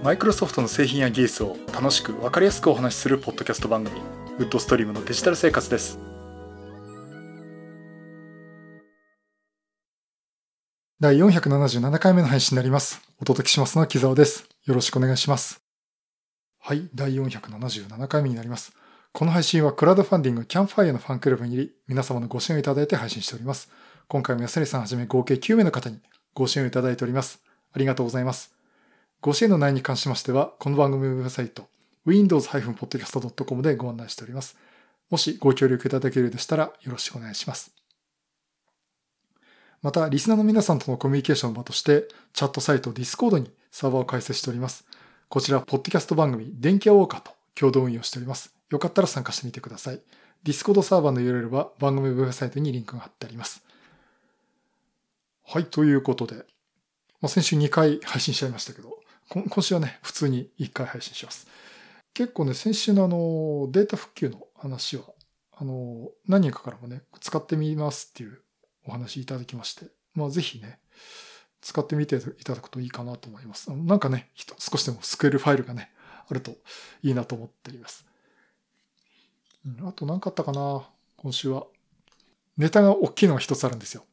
マイクロソフトの製品や技術を楽しく分かりやすくお話しするポッドキャスト番組、ウッドストリームのデジタル生活です。第477回目の配信になります。お届けしますのは木澤です。よろしくお願いします。はい、第477回目になります。この配信はクラウドファンディングキャンプファイアのファンクラブに入り、皆様のご支援をいただいて配信しております。今回も安成さんはじめ合計9名の方にご支援をいただいております。ありがとうございます。ご支援の内容に関しましては、この番組ウェブサイト、windows-podcast.com でご案内しております。もしご協力いただけるようでしたらよろしくお願いします。また、リスナーの皆さんとのコミュニケーションの場として、チャットサイト Discord にサーバーを開設しております。こちら、ポッドキャスト番組、電気屋ウォーカーと共同運用しております。よかったら参加してみてください。Discord サーバーの URL は番組ウェブサイトにリンクが貼ってあります。はい、ということで、先週2回配信しちゃいましたけど、今週はね、普通に1回配信します。結構ね、先週のデータ復旧の話は、何人かからもね、使ってみますっていうお話いただきまして、ぜひね、使ってみていただくといいかなと思います。なんかね、少しでも救えるファイルがね、あるといいなと思っています。あと何かあったかな、今週は。ネタが大きいのが一つあるんですよ。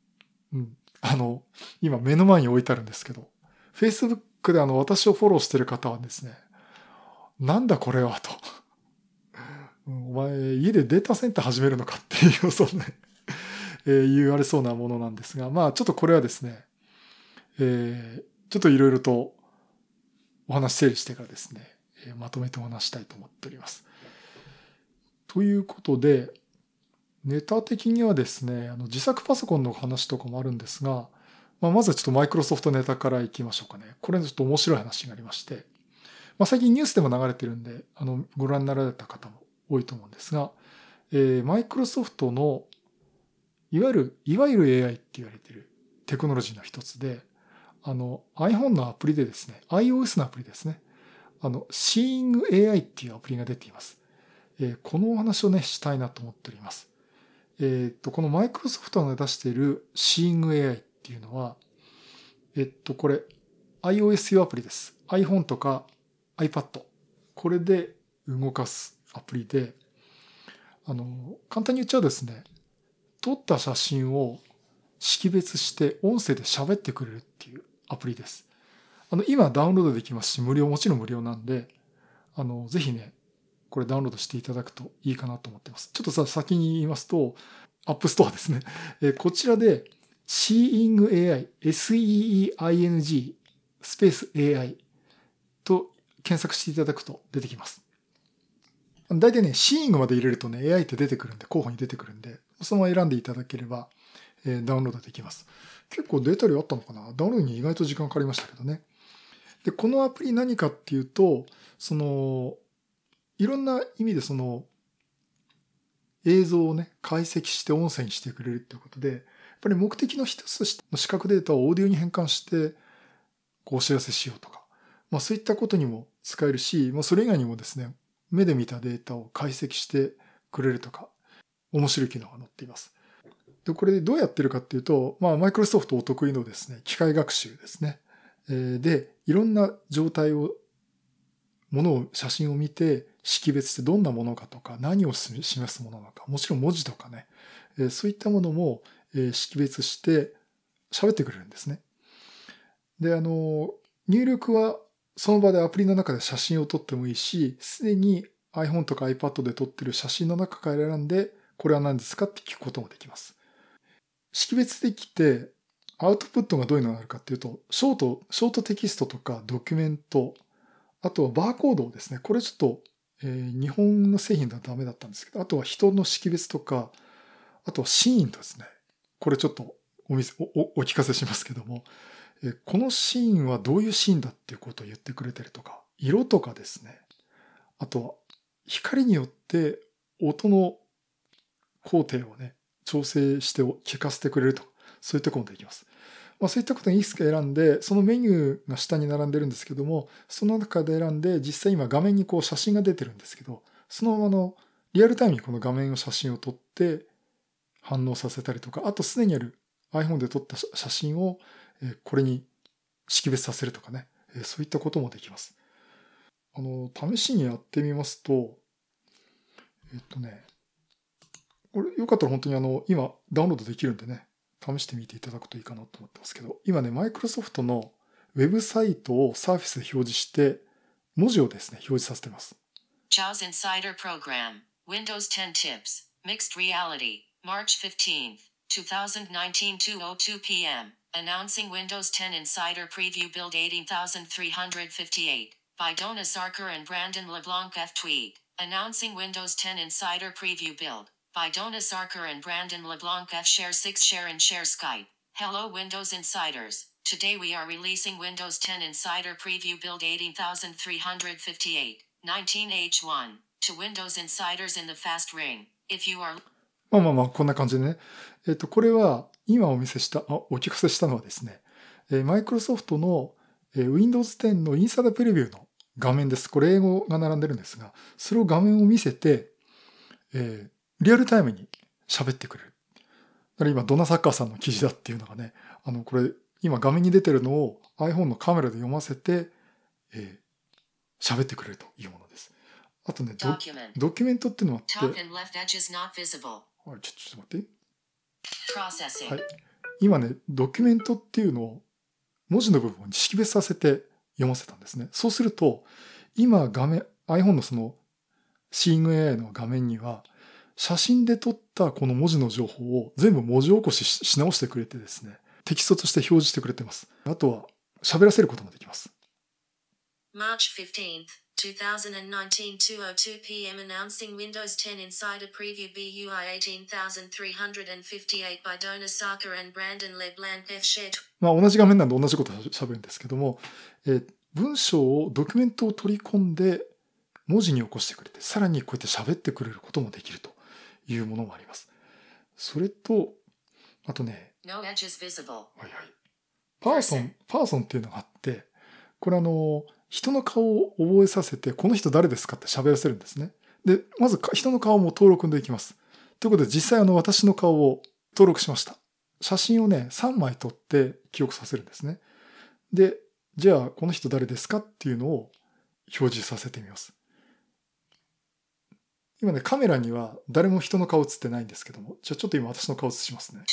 今目の前に置いてあるんですけど、Facebook で私をフォローしてる方はですね、なんだこれはと。お前家でデータセンター始めるのかっていうそうね、言われそうなものなんですが、ちょっとこれはですね、ちょっといろいろとお話整理してからですね、まとめてお話したいと思っております。ということで、ネタ的にはですね、自作パソコンの話とかもあるんですが、まずはちょっとマイクロソフトネタからいきましょうかね。これちょっと面白い話がありまして、最近ニュースでも流れてるんで、ご覧になられた方も多いと思うんですが、マイクロソフトのいわゆる AI って言われているテクノロジーの一つで、iPhone のアプリでですね、iOS のアプリですね、Seeing AI っていうアプリが出ています。このお話をね、したいなと思っております。このマイクロソフトが出している Seeing AI っていうのは、これ iOS 用アプリです。iPhone とか iPad。これで動かすアプリで、簡単に言っちゃうとですね、撮った写真を識別して音声で喋ってくれるっていうアプリです。今ダウンロードできますし、もちろん無料なんで、ぜひね、これダウンロードしていただくといいかなと思ってます。ちょっと先に言いますと、App Store ですね。こちらで Seeing AI、SEEING スペース AI と検索していただくと出てきます。大体ね、Seeing まで入れるとね、AI って出てくるんで、候補に出てくるんで、そのまま選んでいただければ、ダウンロードできます。結構データ量あったのかな？ダウンロードに意外と時間かかりましたけどね。で、このアプリ何かっていうと、いろんな意味で映像をね、解析して音声にしてくれるっていうことで、やっぱり目的の一つとして視覚データをオーディオに変換してお知らせしようとか、そういったことにも使えるし、それ以外にもですね、目で見たデータを解析してくれるとか、面白い機能が載っています。で、これでどうやってるかっていうと、マイクロソフトお得意のですね、機械学習ですね。で、いろんな状態を、写真を見て識別してどんなものかとか、何を示すものなのか、もちろん文字とかね、そういったものも識別して喋ってくれるんですね。で、入力はその場でアプリの中で写真を撮ってもいいし、すでに iPhone とか iPad で撮ってる写真の中から選んで、これは何ですかって聞くこともできます。識別できて、アウトプットがどういうのがあるかっていうと、ショートテキストとかドキュメント、あとはバーコードをですね、これちょっと、日本の製品ではダメだったんですけど、あとは人の識別とか、あとはシーンですね。これちょっとお聞かせしますけども、このシーンはどういうシーンだっていうことを言ってくれたりとか、色とかですね、あとは光によって音の工程をね、調整して聞かせてくれると、そういったこともできます。そういったことにいくつか選んで、そのメニューが下に並んでるんですけども、その中で選んで、実際今画面にこう写真が出てるんですけど、そのままリアルタイムにこの画面の写真を撮って反応させたりとか、あとすでにある iPhone で撮った写真をこれに識別させるとかね、 そういったこともできます。試しにやってみますと、これよかったら本当に今ダウンロードできるんでね、試してみていただくといいかなと思ってますけど、今ね、マイクロソフトのウェブサイトをサーフィスで表示して、文字をですね、表示させています。 Chow's Insider Program, Windows 10 Tips, Mixed Reality, March 15th, 2019 2:02 p.m. Announcing Windows 10 Insider Preview Build 18358 by Donna Sarkar and Brandon LeBlanc F. Tweet. Announcing Windows 10 Insider Preview Build by Donna Sarkar and Brandon LeBlanc F. Share 6 Share and Share Skype. Hello Windows Insiders. Today we are releasing Windows 10 Insider Preview Build 18358. 19H1 to Windows Insiders in the Fast Ring. If you are まあ、こんな感じでね。これは今お聞かせしたのはですね、マイクロソフトの Windows 10のインサイダープレビューの画面です。これ英語が並んでるんですが、それを画面を見せて、リアルタイムに喋ってくれる。だから今、ドナサッカーさんの記事だっていうのがね、これ、今画面に出てるのを iPhone のカメラで読ませて、喋ってくれるというものです。あとね、ドキュメントっていうのもあって、はい、ちょっと待って。はい。今ね、ドキュメントっていうのを文字の部分を識別させて読ませたんですね。そうすると、今iPhone のその Seeing AI の画面には、写真で撮ったこの文字の情報を全部文字起こしし直してくれてですね、テキストとして表示してくれてます。あとは喋らせることもできます。 March 15th, 2019 2:02 p.m. announcing Windows 10 Insider Preview BUI 18358 by Donna Sarkar and Brandon LeBlanc F. Shared。 同じ画面なんで同じこと喋るんですけども、文章をドキュメントを取り込んで文字に起こしてくれて、さらにこうやって喋ってくれることもできるというものもあります。それと、あとね、 No edges visible。 はいはい。パーソンっていうのがあって、これ人の顔を覚えさせて、この人誰ですかって喋らせるんですね。で、まず人の顔も登録できます。ということで、実際私の顔を登録しました。写真をね、3枚撮って記憶させるんですね。で、じゃあ、この人誰ですかっていうのを表示させてみます。今ね、カメラには誰も人の顔映ってないんですけども、じゃあちょっと今私の顔映しますね。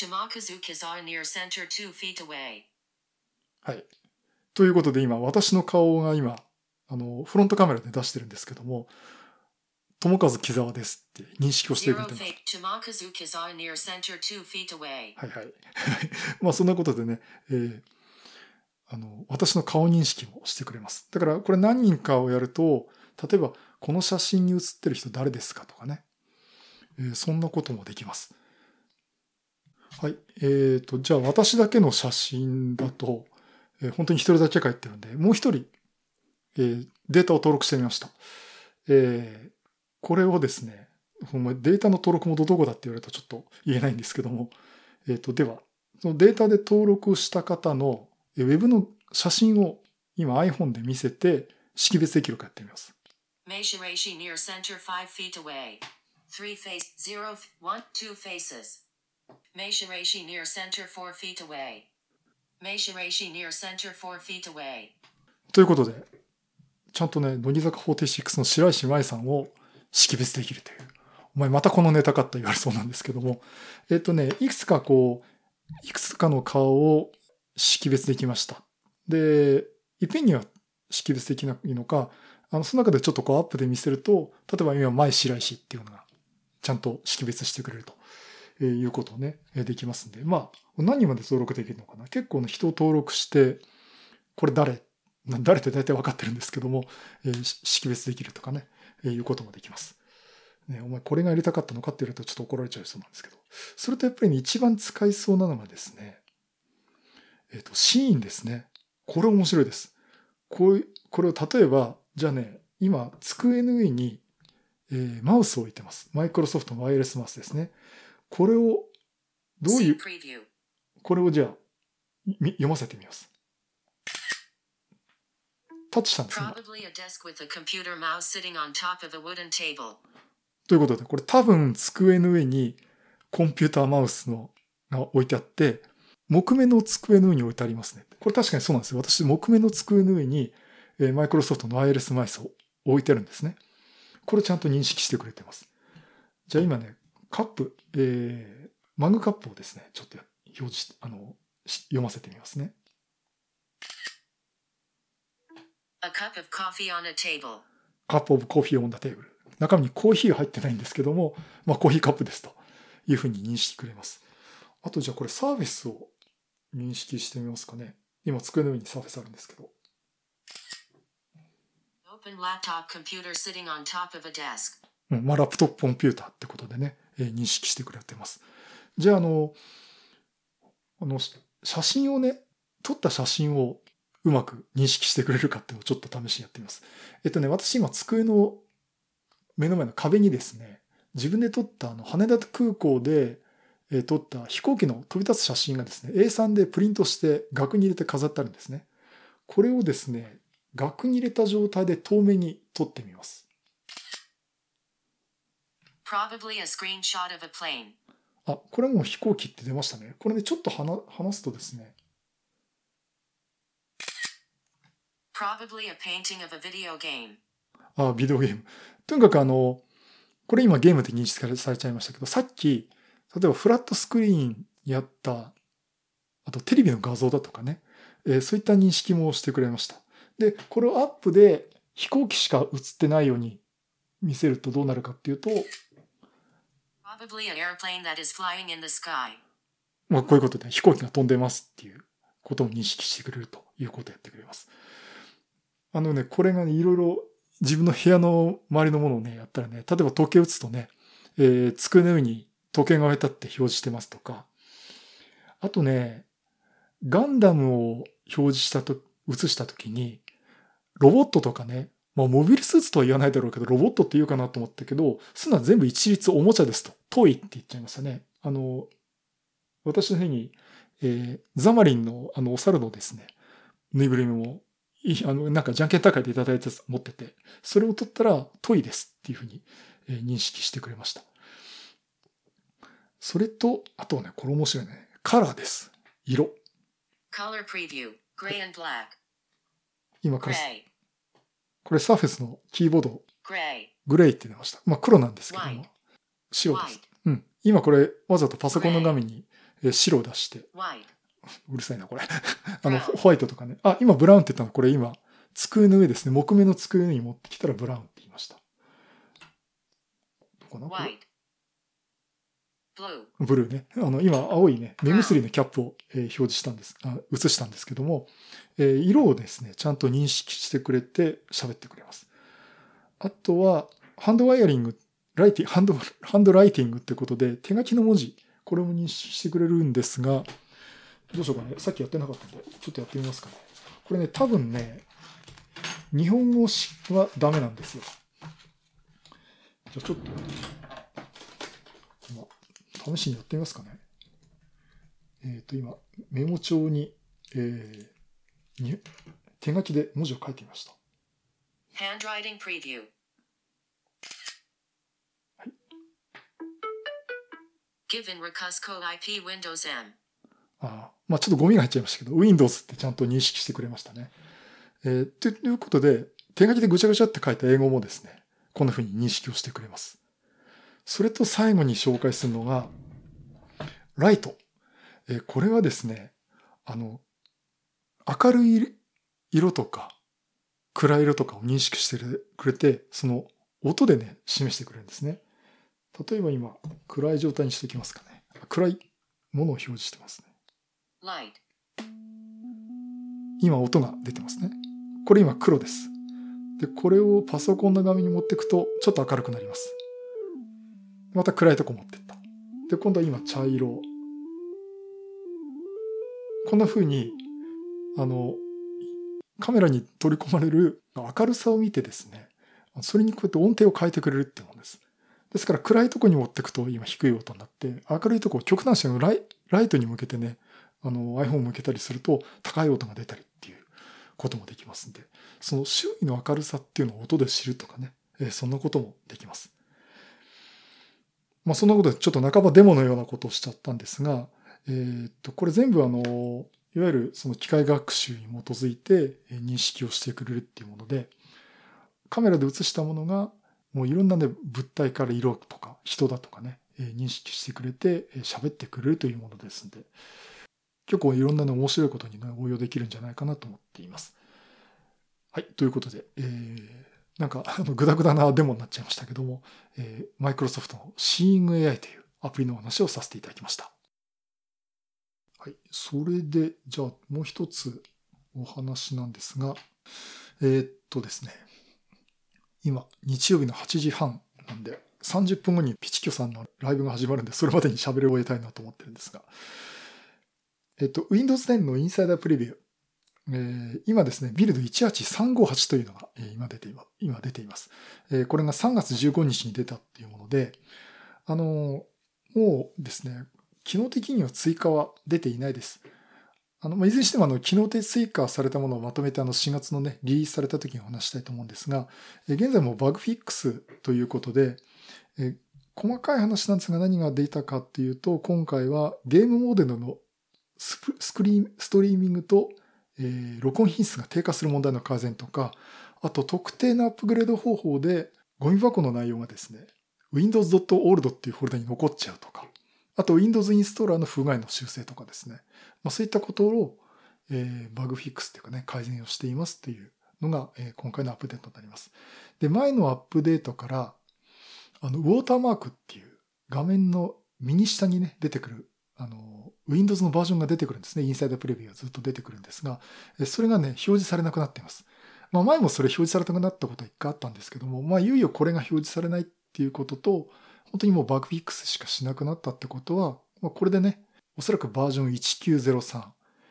はい。ということで今、私の顔が今、フロントカメラで出してるんですけども、友和木沢ですって認識をしてくれてます。はいはい。まあそんなことでね、私の顔認識もしてくれます。だからこれ何人かをやると、例えばこの写真に写ってる人誰ですかとかね、そんなこともできます。はい。じゃあ私だけの写真だと、本当に一人だけ書いてるんで、もう一人、データを登録してみました。これをですね、データの登録元どこだって言われるとちょっと言えないんですけども、では、そのデータで登録した方のウェブの写真を今 iPhone で見せて識別できるかやってみます。 Meishirashi near center 5 feet away. 3 face 0 1 2 faces. Meishirashi near center 4 feet away. Meishirashi near center 4 feet away. ということで、ちゃんとね、乃木坂46の白石麻衣さんを識別できるという。お前またこのネタかって言われそうなんですけども。いくつかの顔を識別できました。で、いっぺんには識別できないのか、その中でちょっとアップで見せると、例えば今、前白石っていうのが、ちゃんと識別してくれるということをね、できますんで、まあ、何まで登録できるのかな。結構人を登録して、これ誰って大体分かってるんですけども、識別できるとかね、いうこともできます。ね、お前これがやりたかったのかって言われるとちょっと怒られちゃいそうなんですけど。それとやっぱりね、一番使いそうなのがですね、シーンですね。これ面白いです。これを例えば、じゃあね、今、机の上に、マウスを置いてます。マイクロソフトのワイヤレスマウスですね。これを、これをじゃあ、読ませてみます。タッチしたんですね。ということで、これ多分机の上にコンピューターマウスが置いてあって、 木目の机の上に置いてありますね。これ確かにそうなんですよ。私、木目の机の上に、マイクロソフトのワイヤレスマウスを置いてあるんですね。これちゃんと認識してくれてます。じゃあ今ね、カップ、マグカップをですね、ちょっと表示して、読ませてみますね。 A cup of coffee on a table. カップオブコーヒーオンダテーブル。中身にコーヒーが入ってないんですけども、まあコーヒーカップですというふうに認識くれます。あとじゃあこれサーフェスを認識してみますかね。今机の上にサーフェスあるんですけど。 Open laptop computer sitting on top of a desk. まあラップトップコンピューターってことでね、認識してくれてます。じゃあ写真をね、撮った写真をうまく認識してくれるかっていうのをちょっと試しにやってみます。私今机の目の前の壁にですね、自分で撮った羽田空港で撮った飛行機の飛び立つ写真がですね、A3 でプリントして額に入れて飾ってあるんですね。これをですね、額に入れた状態で遠目に撮ってみます。 Probably a screenshot of a plane. あ、これもう飛行機って出ましたね。これね、ちょっと離すとですね、 Probably a painting of a video game. ビデオゲーム。とにかくこれ今ゲームで認識されちゃいましたけど、さっき、例えばフラットスクリーンにあった、あとテレビの画像だとかね、そういった認識もしてくれました。で、これをアップで飛行機しか映ってないように見せるとどうなるかっていうと、 Probably an airplane that is flying in the sky. まあこういうことで飛行機が飛んでますっていうことを認識してくれるということをやってくれます。これがね、いろいろ自分の部屋の周りのものをね、やったらね、例えば時計を打つとね、机の上に時計が置いてあって表示してますとか、あとね、ガンダムを表示したと、映したときに、ロボットとかね、まあモビルスーツとは言わないだろうけど、ロボットって言うかなと思ったけど、そういうのは全部一律おもちゃですと。トイって言っちゃいましたね。私の部屋に、ザマリンのお猿のですね、ぬいぐるみも、なんかじゃんけん大会でいただいて持ってて、それを取ったらトイですっていうふうに認識してくれました。それと、あとはね、これ面白いね。カラーです。色。 Color preview. Gray and black. 今から、 Gray. これサーフェスのキーボード、 Gray. グレイって出ました。まあ黒なんですけども White.、 白です White.。 今これわざとパソコンの画面に白を出して、 White. うるさいなこれ。 Brown. ホワイトとかね。あ、今ブラウンって言ったのこれ今、机の上ですね。木目の机の上に持ってきたらブラウンって言いました。どこなこれ White. Blue. ブルーね。今、青いね、目薬のキャップを、表示したんです、映したんですけども、色をですね、ちゃんと認識してくれて喋ってくれます。あとは、ハンドワイヤリング、ハンドライティングってことで、手書きの文字、これも認識してくれるんですが、どうしようかね。さっきやってなかったんで、ちょっとやってみますかね。これね、多分ね、日本語はダメなんですよ。じゃあちょっと、試しにやってみますかね。今、メモ帳に、手書きで文字を書いてみました。 Handwriting preview. はい。 Given Recusco IP Windows M. まあちょっとゴミが入っちゃいましたけど、Windows ってちゃんと認識してくれましたね。ということで、手書きでぐちゃぐちゃって書いた英語もですね、こんな風に認識をしてくれます。それと最後に紹介するのが、ライト。これはですね、明るい色とか暗い色とかを認識してくれて、その音でね、示してくれるんですね。例えば今、暗い状態にしておきますかね。暗いものを表示してますね。 Light. 今音が出てますね。これ今黒です。で、これをパソコンの画面に持っていくと、ちょっと明るくなります。また暗いとこ持っていった。で、今度は今茶色。こんな風に、カメラに取り込まれる明るさを見てですね、それにこうやって音程を変えてくれるっていうものです。ですから暗いとこに持っていくと今低い音になって、明るいとこ、極端視のライトに向けてね、iPhone を向けたりすると高い音が出たりっていうこともできますんで、その周囲の明るさっていうのを音で知るとかね、そんなこともできます。まあそんなことでちょっと半ばデモのようなことをしちゃったんですが、 これ全部いわゆるその機械学習に基づいて認識をしてくれるっていうもので、カメラで写したものがもういろんなね、物体から色とか人だとかね、認識してくれて喋ってくれるというものですので、結構いろんなね、面白いことにね、応用できるんじゃないかなと思っています。はい、ということで、なんかグダグダなデモになっちゃいましたけども、マイクロソフトの Seeing AI というアプリのお話をさせていただきました。はい、それで、じゃあもう一つお話なんですが、ですね、今、日曜日の8時半なんで、30分後にピチキョさんのライブが始まるんで、それまでに喋り終えたいなと思ってるんですが、Windows 10のインサイダープレビュー、今ですね、ビルド18358というのが今出ています。これが3月15日に出たっていうもので、もうですね、機能的には追加は出ていないです。いずれにしても機能的追加されたものをまとめて4月のね、リリースされた時にお話したいと思うんですが、現在もバグフィックスということで、細かい話なんですが何が出たかっていうと、今回はゲームモデルのストリーミングと録音品質が低下する問題の改善とか、あと特定のアップグレード方法でゴミ箱の内容がですね、windows.old っていうフォルダに残っちゃうとか、あと Windows インストーラーの不具合の修正とかですね、そういったことを、バグフィックスというかね、改善をしていますっていうのが、今回のアップデートになります。で、前のアップデートから、ウォーターマークっていう画面の右下にね、出てくるWindows のバージョンが出てくるんですね。インサイドプレビューがずっと出てくるんですが、それがね、表示されなくなっています。前もそれ表示されなくなったことは一回あったんですけども、いよいよこれが表示されないっていうことと、本当にもうバグフィックスしかしなくなったってことは、これでね、おそらくバージョン1903。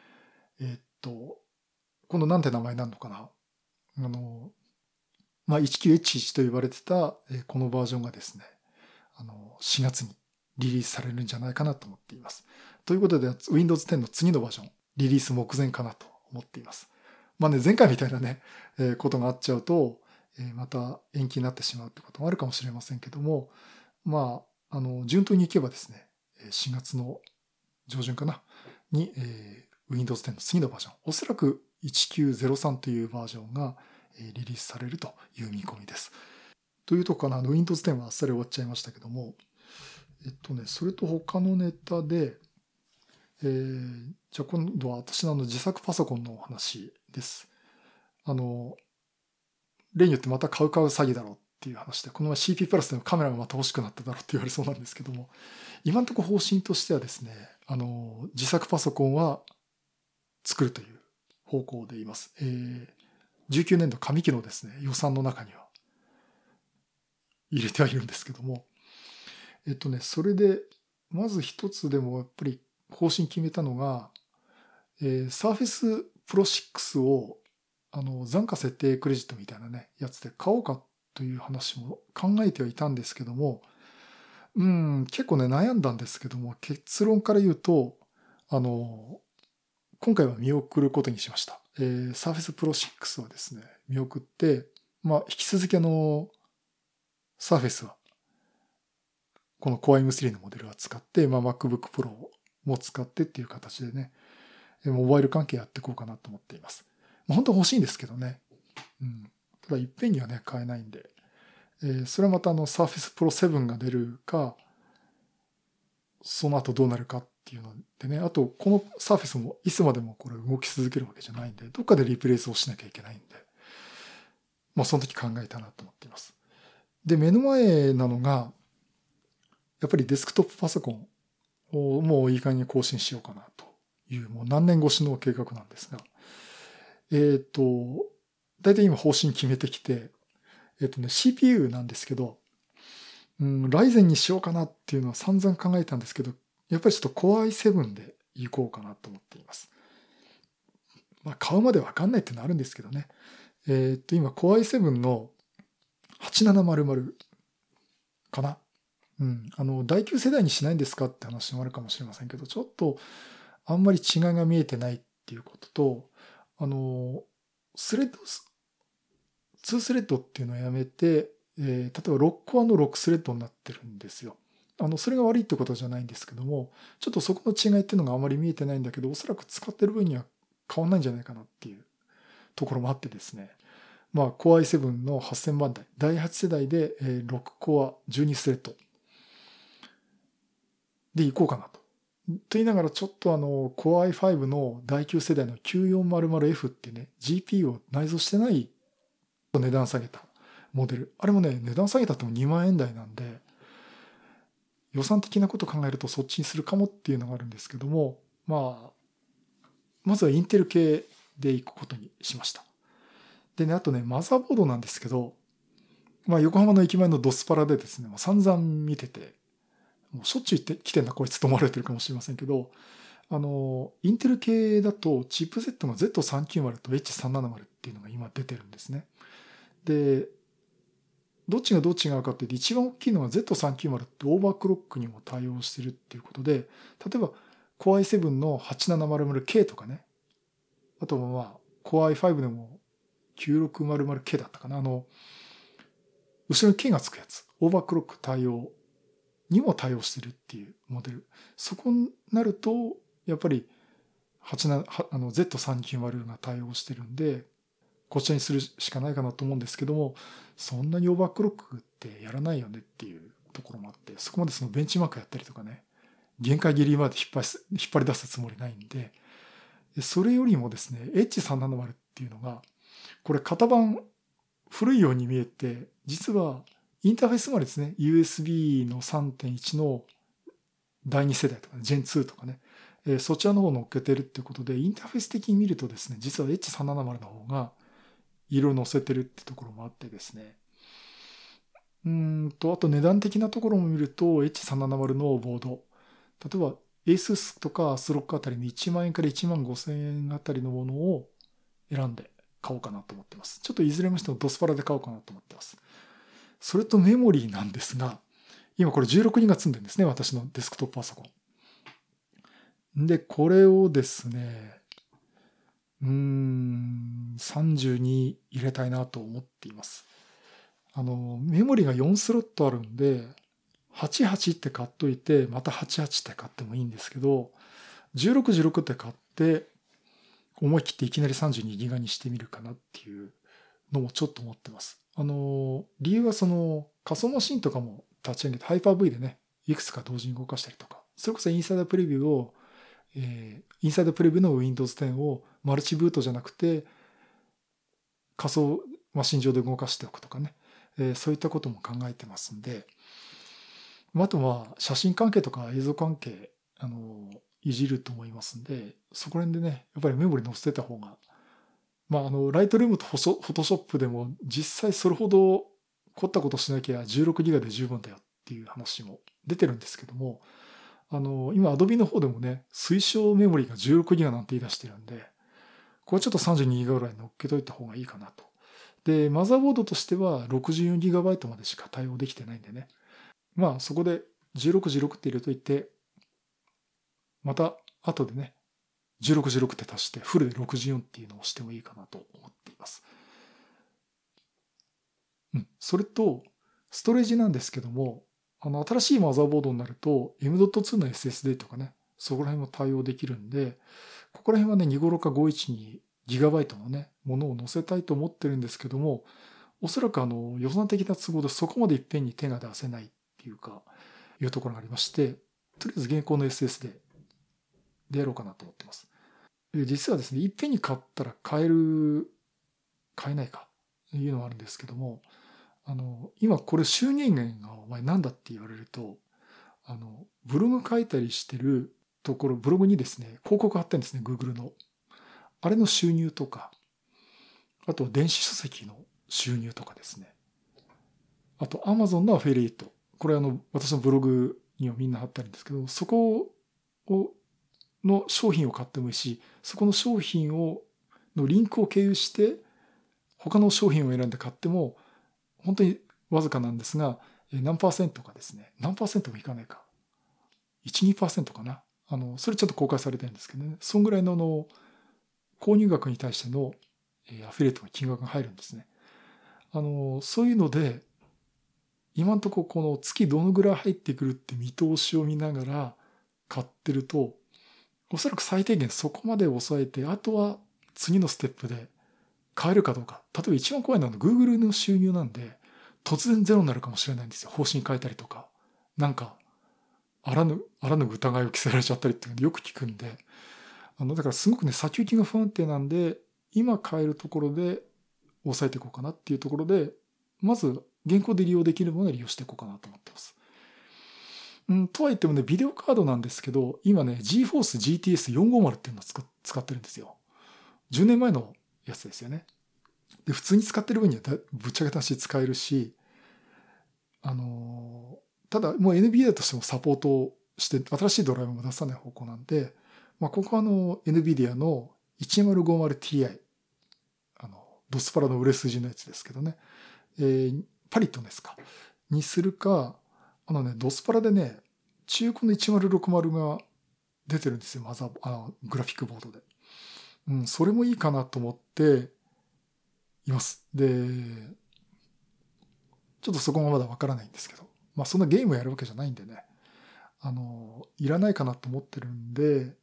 今度なんて名前になるのかな。19H1 と言われてた、このバージョンがですね、4月にリリースされるんじゃないかなと思っています。ということで、Windows 10の次のバージョン、リリース目前かなと思っています。前回みたいなね、ことがあっちゃうと、また延期になってしまうってこともあるかもしれませんけども、順当にいけばですね、4月の上旬かな、に、Windows 10の次のバージョン、おそらく1903というバージョンがリリースされるという見込みです。というところかな、Windows 10はあっさり終わっちゃいましたけども、それと他のネタで、じゃあ今度は私の自作パソコンのお話です。例によってまた買う詐欺だろうっていう話で、この前 CP プラスでのカメラがまた欲しくなっただろうって言われそうなんですけども、今のところ方針としてはですね、自作パソコンは作るという方向でいます。19年度上期のですね、予算の中には入れてはいるんですけども、それで、まず一つでもやっぱり方針決めたのが、Surface Pro 6を残価設定クレジットみたいなね、やつで買おうかという話も考えてはいたんですけども、結構ね、悩んだんですけども、結論から言うと、今回は見送ることにしました。Surface Pro 6はですね、見送って、引き続きSurface はこの Core M3 のモデルは使って、MacBook Pro も使ってっていう形でね、モバイル関係やっていこうかなと思っています。本当は欲しいんですけどね。ただいっぺんにはね、買えないんで。それはまたSurface Pro 7が出るか、その後どうなるかっていうのでね、あとこの Surface もいつまでもこれ動き続けるわけじゃないんで、どっかでリプレイスをしなきゃいけないんで、その時考えたなと思っています。で、目の前なのが、やっぱりデスクトップパソコンをもういい加減に更新しようかなという、もう何年越しの計画なんですが、大体今方針決めてきて、CPU なんですけど、ライゼンにしようかなっていうのは散々考えたんですけど、やっぱりちょっと Core i7 でいこうかなと思っています。買うまでわかんないっていうのはあるんですけどね。今 Core i7 の8700かな。第9世代にしないんですかって話もあるかもしれませんけど、ちょっとあんまり違いが見えてないっていうことと、スレッド、2スレッドっていうのをやめて、例えば6コアの6スレッドになってるんですよ。 それが悪いってことじゃないんですけども、ちょっとそこの違いっていうのがあまり見えてないんだけど、おそらく使ってる分には変わんないんじゃないかなっていうところもあってですね。まあ、Core i7 の8000番台、第8世代で6コア12スレッドでいこうかなと。と言いながら、ちょっとCore i5 の第9世代の 9400F っていうね、GPU を内蔵してない値段下げたモデル。あれもね、値段下げたっても2万円台なんで、予算的なことを考えるとそっちにするかもっていうのがあるんですけども、まあ、まずはインテル系でいくことにしました。でね、あとね、マザーボードなんですけど、まあ、横浜の駅前のドスパラでですね、散々見てて、もうしょっちゅう来てんなこいつと思われてるかもしれませんけど、インテル系だとチップセットが Z390 と H370 っていうのが今出てるんですね。で、どっちがどう違うかっていうと、一番大きいのが Z390 ってオーバークロックにも対応してるっていうことで、例えば Core i7 の 8700K とかね、あとはまあ Core i5 でも 9600K だったかな、後ろに K がつくやつ、オーバークロック対応にも対応してるっていうモデル。そこになると、やっぱりZ390 が対応してるんで、こちらにするしかないかなと思うんですけども、そんなにオーバークロックってやらないよねっていうところもあって、そこまでそのベンチマークやったりとかね、限界ギリまで引っ張り出すつもりないんで、それよりもですね、H370 っていうのが、これ型番古いように見えて、実はインターフェースまでですね、USB の 3.1 の第2世代とか、Gen 2とかね、そちらの方を乗っけてるっていうことで、インターフェース的に見るとですね、実は H370 の方がいろいろ載せてるってところもあってですね。あと値段的なところも見ると H370 のボード。例えば ASUS とかスロックあたりの1万円から1万5千円あたりのものを選んで買おうかなと思ってます。ちょっといずれもしてもドスパラで買おうかなと思ってます。それとメモリーなんですが、今これ16ギガ積んでるんですね。私のデスクトップパソコン。で、これをですね、32入れたいなと思っています。メモリが4スロットあるんで、88って買っといて、また88って買ってもいいんですけど、16、16って買って、思い切っていきなり32ギガにしてみるかなっていうのもちょっと思ってます。理由はその仮想マシンとかも立ち上げて、ハイパー V でね、いくつか同時に動かしたりとか、それこそインサイドプレビューを、インサイドプレビューの Windows 10をマルチブートじゃなくて、仮想マシン上で動かしておくとかね、そういったことも考えてますんで、あとは写真関係とか映像関係、いじると思いますんで、そこら辺でね、やっぱりメモリ載せてた方が、ライトルームとフォトショップでも実際それほど凝ったことしなきゃ16ギガで十分だよっていう話も出てるんですけども、今 Adobe の方でもね、推奨メモリが16ギガなんて言い出してるんで、これちょっと32ギガぐらい乗っけといた方がいいかなと。で、マザーボードとしては 64GB までしか対応できてないんでね。まあそこで16、16って入れといて、また後でね、16、16って足してフルで64っていうのをしてもいいかなと思っています。それと、ストレージなんですけども、新しいマザーボードになると M.2 の SSD とかね、そこら辺も対応できるんで、ここら辺はね、2頃か 512GB のね、ものを載せたいと思ってるんですけども、おそらく予算的な都合でそこまでいっぺんに手が出せないっていうか、いうところがありまして、とりあえず現行の SSD でやろうかなと思ってます。実はですね、いっぺんに買ったら買えないか、いうのがあるんですけども、今これ収入源がお前なんだって言われると、ブログ書いたりしてるところ、ブログにですね、広告貼ってるんですね、Google の。あれの収入とか、あと電子書籍の収入とかですね。あと Amazon のアフィリエイト。これ私のブログにはみんな貼ってあるんですけど、そこの商品を買ってもいいし、そこの商品のリンクを経由して、他の商品を選んで買っても、本当にわずかなんですが、何パーセントかですね、何パーセントもいかないか。1、2%かな。それちょっと公開されてるんですけどね。そんぐらいの購入額に対してのアフィリエイトの金額が入るんですね。そういうので、 今んとここの月どのぐらい入ってくるって見通しを見ながら買ってると、おそらく最低限そこまで抑えて、あとは次のステップで買えるかどうか。例えば一番怖いのは Google の収入なんで、突然ゼロになるかもしれないんですよ。方針変えたりとか。なんか、あらぬ疑いを着せられちゃったりっていうのよく聞くんで、だからすごくね、先行きが不安定なんで、今買えるところで抑えていこうかなっていうところで、まず現行で利用できるものは利用していこうかなと思ってます。とは言ってもね、ビデオカードなんですけど、今ね、GeForce GTS450 っていうのを使ってるんですよ。10年前のやつですよね。で、普通に使ってる分にはぶっちゃけた話使えるし、ただもう NVIDIA としてもサポートして新しいドライバーも出さない方向なんで、ここはNVIDIA の 1050Ti、ドスパラの売れ筋のやつですけどね、パリットですか、にするか、ドスパラでね、中古の1060が出てるんですよ、グラフィックボードで。それもいいかなと思っています。で、ちょっとそこがまだわからないんですけど、そんなゲームをやるわけじゃないんでね、いらないかなと思ってるんで、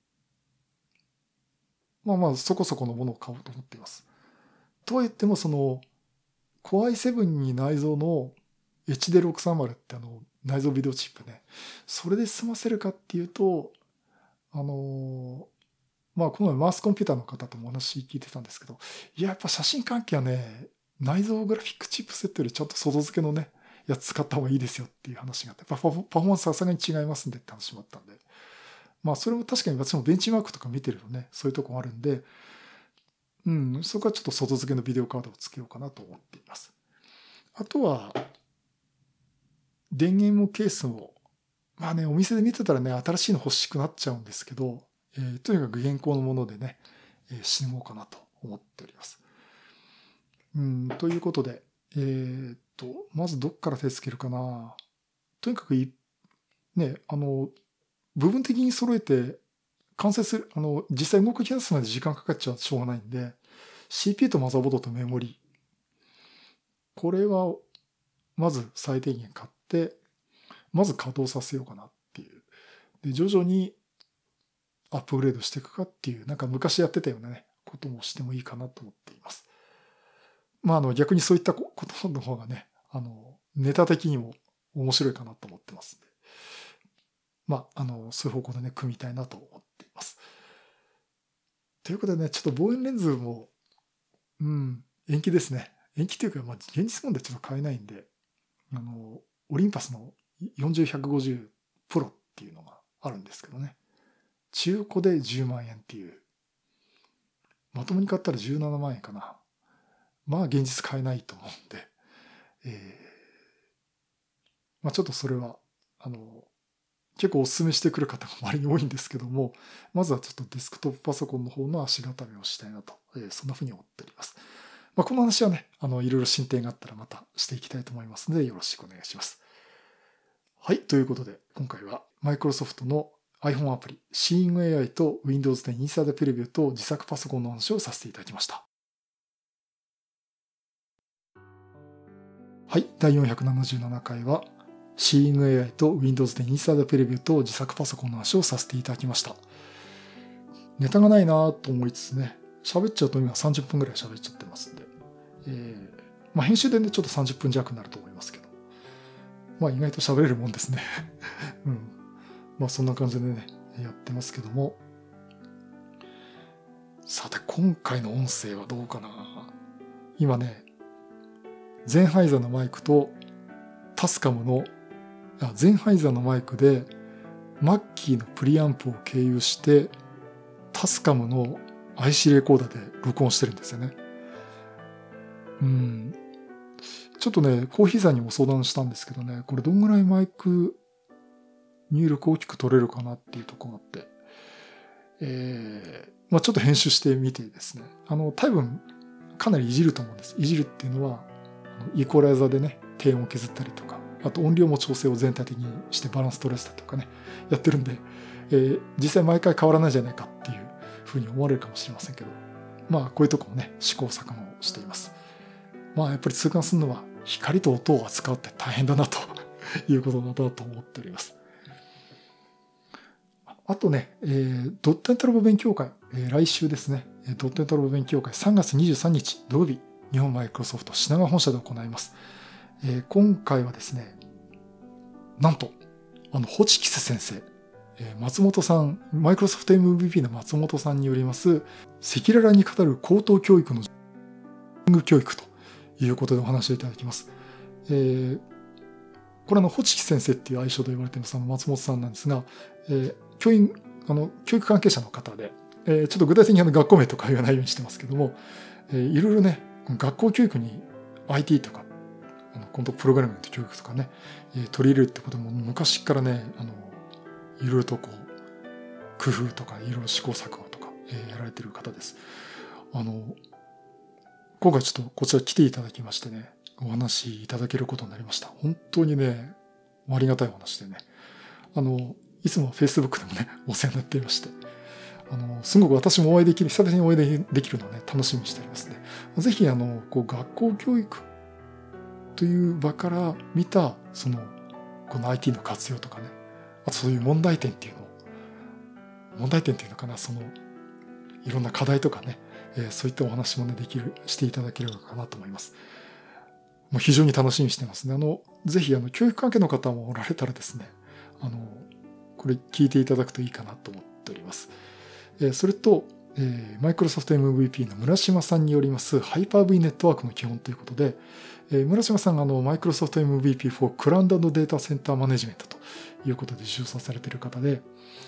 そこそこのものを買おうと思っています。とは言っても、Core i7 に内蔵の HD630 って内蔵ビデオチップね、それで済ませるかっていうと、この前マースコンピューターの方ともお話聞いてたんですけど、やっぱ写真関係はね、内蔵グラフィックチップセットよりちゃんと外付けのね、やつ使った方がいいですよっていう話があって、パフォーマンスさすがに違いますんでって話もあったんで、それも確かに私もベンチマークとか見てるとね、そういうとこもあるんで、そこはちょっと外付けのビデオカードをつけようかなと思っています。あとは、電源もケースも、お店で見てたらね、新しいの欲しくなっちゃうんですけど、とにかく現行のものでね、死のうかなと思っております。ということで、まずどっから手つけるかな。とにかくね、部分的に揃えて完成する、実際動き出すまで時間かかっちゃしょうがないんで、CPU とマザーボードとメモリ。これは、まず最低限買って、まず稼働させようかなっていう。で、徐々にアップグレードしていくかっていう、なんか昔やってたようなね、こともしてもいいかなと思っています。逆にそういったことの方がね、ネタ的にも面白いかなと思ってますんで。そういう方向でね、組みたいなと思っています。ということでね、ちょっと望遠レンズも、延期ですね。延期というか、現実問題ちょっと買えないんで、オリンパスの40-150プロっていうのがあるんですけどね。中古で10万円っていう。まともに買ったら17万円かな。現実買えないと思うんで、ちょっとそれは、結構お勧めしてくる方が周りに多いんですけども、まずはちょっとデスクトップパソコンの方の足固めをしたいなと、そんなふうに思っております。この話はね、いろいろ進展があったらまたしていきたいと思いますので、よろしくお願いします。はい、ということで、今回はマイクロソフトの iPhone アプリ Seeing AI と Windows 10 Insider Preview と自作パソコンの話をさせていただきました。はい、第477回は Seeing AI と Windows 10 Insider Preview と自作パソコンの話をさせていただきました。ネタがないなと思いつつね、喋っちゃうと今30分ぐらい喋っちゃってますんで、編集でね、ちょっと30分弱になると思いますけど、意外と喋れるもんですね。そんな感じでね、やってますけども。さて、今回の音声はどうかな。今ね、ゼンハイザーのマイクとタスカムの、ゼンハイザーのマイクでマッキーのプリアンプを経由してタスカムの IC レコーダーで録音してるんですよね。ちょっとね、コーヒーさんにも相談したんですけどね、これどんぐらいマイク入力大きく取れるかなっていうところがあって、ちょっと編集してみてですね、多分かなりいじると思うんです。いじるっていうのは、イコライザーでね、低音を削ったりとか、あと音量も調整を全体的にしてバランス取らせたりとかね、やってるんで、実際毎回変わらないじゃないかっていうふうに思われるかもしれませんけど、こういうとこもね、試行錯誤しています。やっぱり痛感するのは光と音を扱うって大変だなということだなと思っております。あとね、ドットネットラボ勉強会、来週ですね、ドットネットラボ勉強会3月23日土曜日、日本マイクロソフト品川本社で行います。今回はですね、なんと、ホチキス先生、松本さん、マイクロソフト MVP の松本さんによります、赤裸々に語る高等教育の教育ということでお話をいただきます。これホチキス先生っていう愛称と言われている松本さんなんですが、教育関係者の方で、ちょっと具体的に学校名とか言わないようにしてますけども、いろいろね、学校教育に IT とか、今度プログラミングと教育とかね、取り入れるってことも昔からね、いろいろとこう、工夫とかいろいろ試行錯誤とか、やられている方です。今回ちょっとこちら来ていただきましてね、お話いただけることになりました。本当にね、ありがたいお話でね、いつも Facebook でもね、お世話になっていまして、すごく私も久々にお会いできるのをね、楽しみにしておりますね。ぜひ、こう学校教育という場から見た、この IT の活用とかね、あとそういう問題点っていうのかな、いろんな課題とかね、そういったお話もね、していただければかなと思います。もう非常に楽しみにしてますね。ぜひ、教育関係の方もおられたらですね、これ聞いていただくといいかなと思っております。それと、マイクロソフト MVP の村島さんによりますハイパー V ネットワークの基本ということで、村島さんがマイクロソフト MVP for Cloud & Data Center Management ということで受賞されている方で、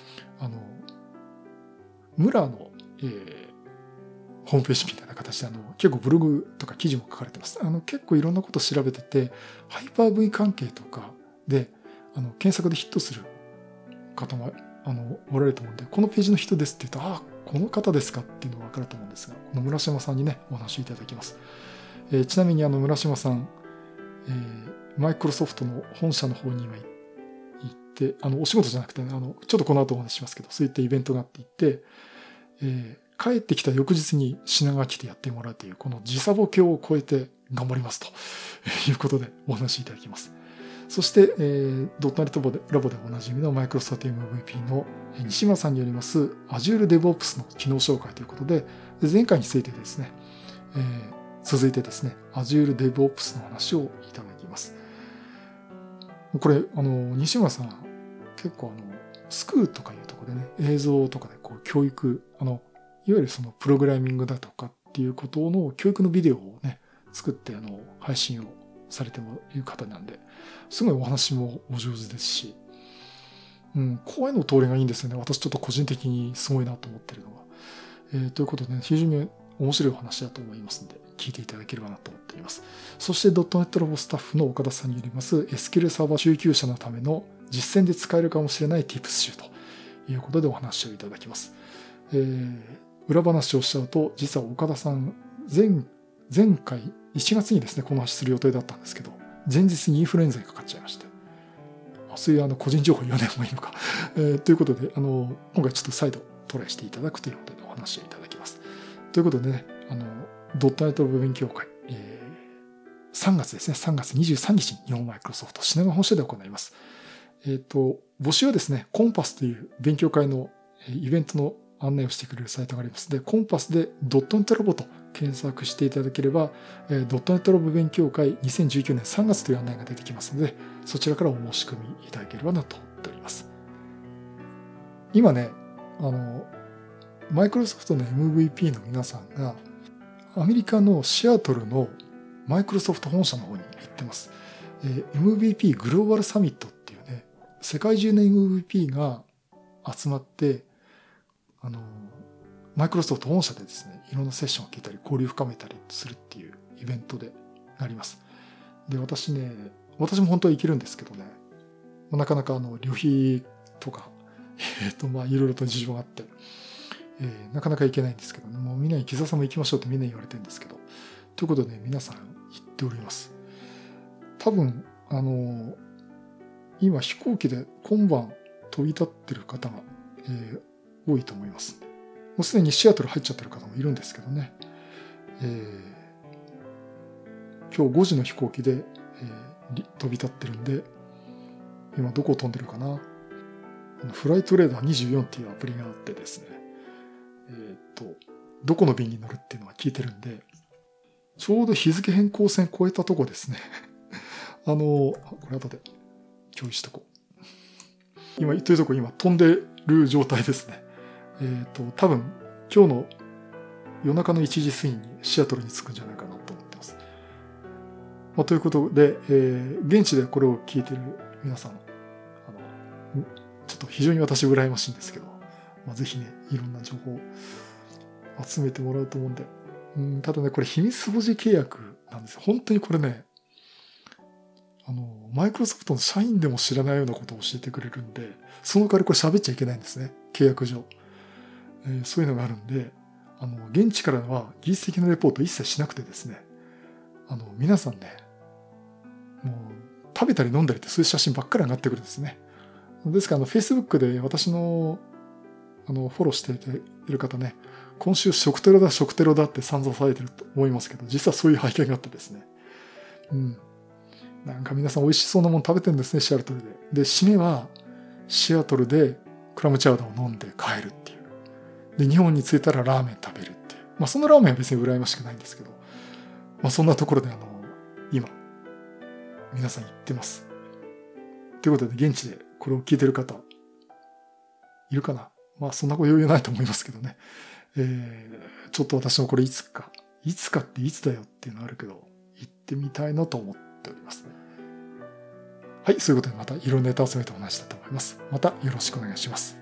村の、ホームページみたいな形で結構ブログとか記事も書かれてます。結構いろんなことを調べてて、ハイパー V 関係とかで検索でヒットする方もおられると思うんで、このページの人ですって言うと、この方ですかっていうのが分かると思うんですが、この村島さんにね、お話いただきます。ちなみに村島さん、マイクロソフトの本社の方に今行って、お仕事じゃなくて、ね、ちょっとこの後お話ししますけど、そういったイベントがあって行って、帰ってきた翌日に品川来てやってもらうという、この時差ボケを超えて頑張りますということでお話いただきます。そして、ドットネットラボでおなじみのマイクロソフト MVP の西村さんによります Azure DevOps の機能紹介ということで、前回についてですね、続いてですね、Azure DevOps の話をいただきます。これ、西村さん、結構スクーとかいうところでね、映像とかでこう教育、いわゆるプログラミングだとかっていうことの教育のビデオをね、作って配信をされている方なんで、すごいお話もお上手ですし、声の通りがいいんですよね。私ちょっと個人的にすごいなと思ってるのが。ということでね、非常に面白いお話だと思いますので、聞いていただければなと思っています。そしてドットネットラボスタッフの岡田さんによります SQL サーバー中級者のための実践で使えるかもしれない Tips 集ということでお話をいただきます。裏話をしちゃうと、実は岡田さん、前回1月にですね、この話する予定だったんですけど、前日にインフルエンザにかかっちゃいまして、そういう個人情報言わない方がいいのか、ということで、今回ちょっと再度トライしていただくということでお話をいただきます。ということでね、ドットネット部勉強会、3月ですね、3月23日に日本マイクロソフト品川本社で行います。募集はですね、コンパスという勉強会のイベントの案内をしてくれるサイトがありますので、コンパスでドットネットラボと検索していただければ、ドットネットラボ勉強会2019年3月という案内が出てきますので、そちらからお申し込みいただければなと思っております。今ね、マイクロソフトの MVP の皆さんが、アメリカのシアトルのマイクロソフト本社の方に行ってます。MVP グローバルサミットっていうね、世界中の MVP が集まって、マイクロソフト本社でですね、いろんなセッションを聞いたり、交流を深めたりするっていうイベントでなります。で、私も本当は行けるんですけどね、なかなか旅費とか、いろいろと事情があって、なかなか行けないんですけどね、もうみんなに木澤さんも行きましょうってみんなに言われてるんですけど、ということで、皆さん行っております。多分、今飛行機で今晩飛び立ってる方が、多いと思います。もうすでにシアトル入っちゃってる方もいるんですけどね。 今日5時の飛行機で、飛び立ってるんで、今どこを飛んでるかな。フライトレーダー24っていうアプリがあってですね、どこの便に乗るっていうのが聞いてるんで、ちょうど日付変更線超えたとこですね。これ後で共有しとこう。今言ってるとこ今飛んでる状態ですね。多分今日の夜中の1時過ぎにシアトルに着くんじゃないかなと思ってます。ということで、現地でこれを聞いてる皆さん、ちょっと非常に私羨ましいんですけど、ぜひね、いろんな情報を集めてもらうと思うんで、ただね、これ秘密保持契約なんですよ。本当にこれね、マイクロソフトの社員でも知らないようなことを教えてくれるんで、その代わりこれ喋っちゃいけないんですね。契約上。そういうのがあるんで、現地からは技術的なレポート一切しなくてですね、皆さんね、もう食べたり飲んだりってそういう写真ばっかり上がってくるんですね。ですからFacebook で私のフォローしている方ね、今週食テロだって散々されてると思いますけど、実はそういう背景があってですね。なんか皆さん美味しそうなもの食べてるんですね、シアトルで。で、締めはシアトルでクラムチャウダーを飲んで帰るっていう。で、日本に着いたらラーメン食べるっていう。そのラーメンは別に羨ましくないんですけど、そんなところで今、皆さん言ってます。ということで、現地でこれを聞いてる方、いるかな？そんな余裕ないと思いますけどね。ちょっと私もこれいつかっていつだよっていうのあるけど、行ってみたいなと思っております。はい、そういうことでまたいろんなネタを集めてお話したいと思います。またよろしくお願いします。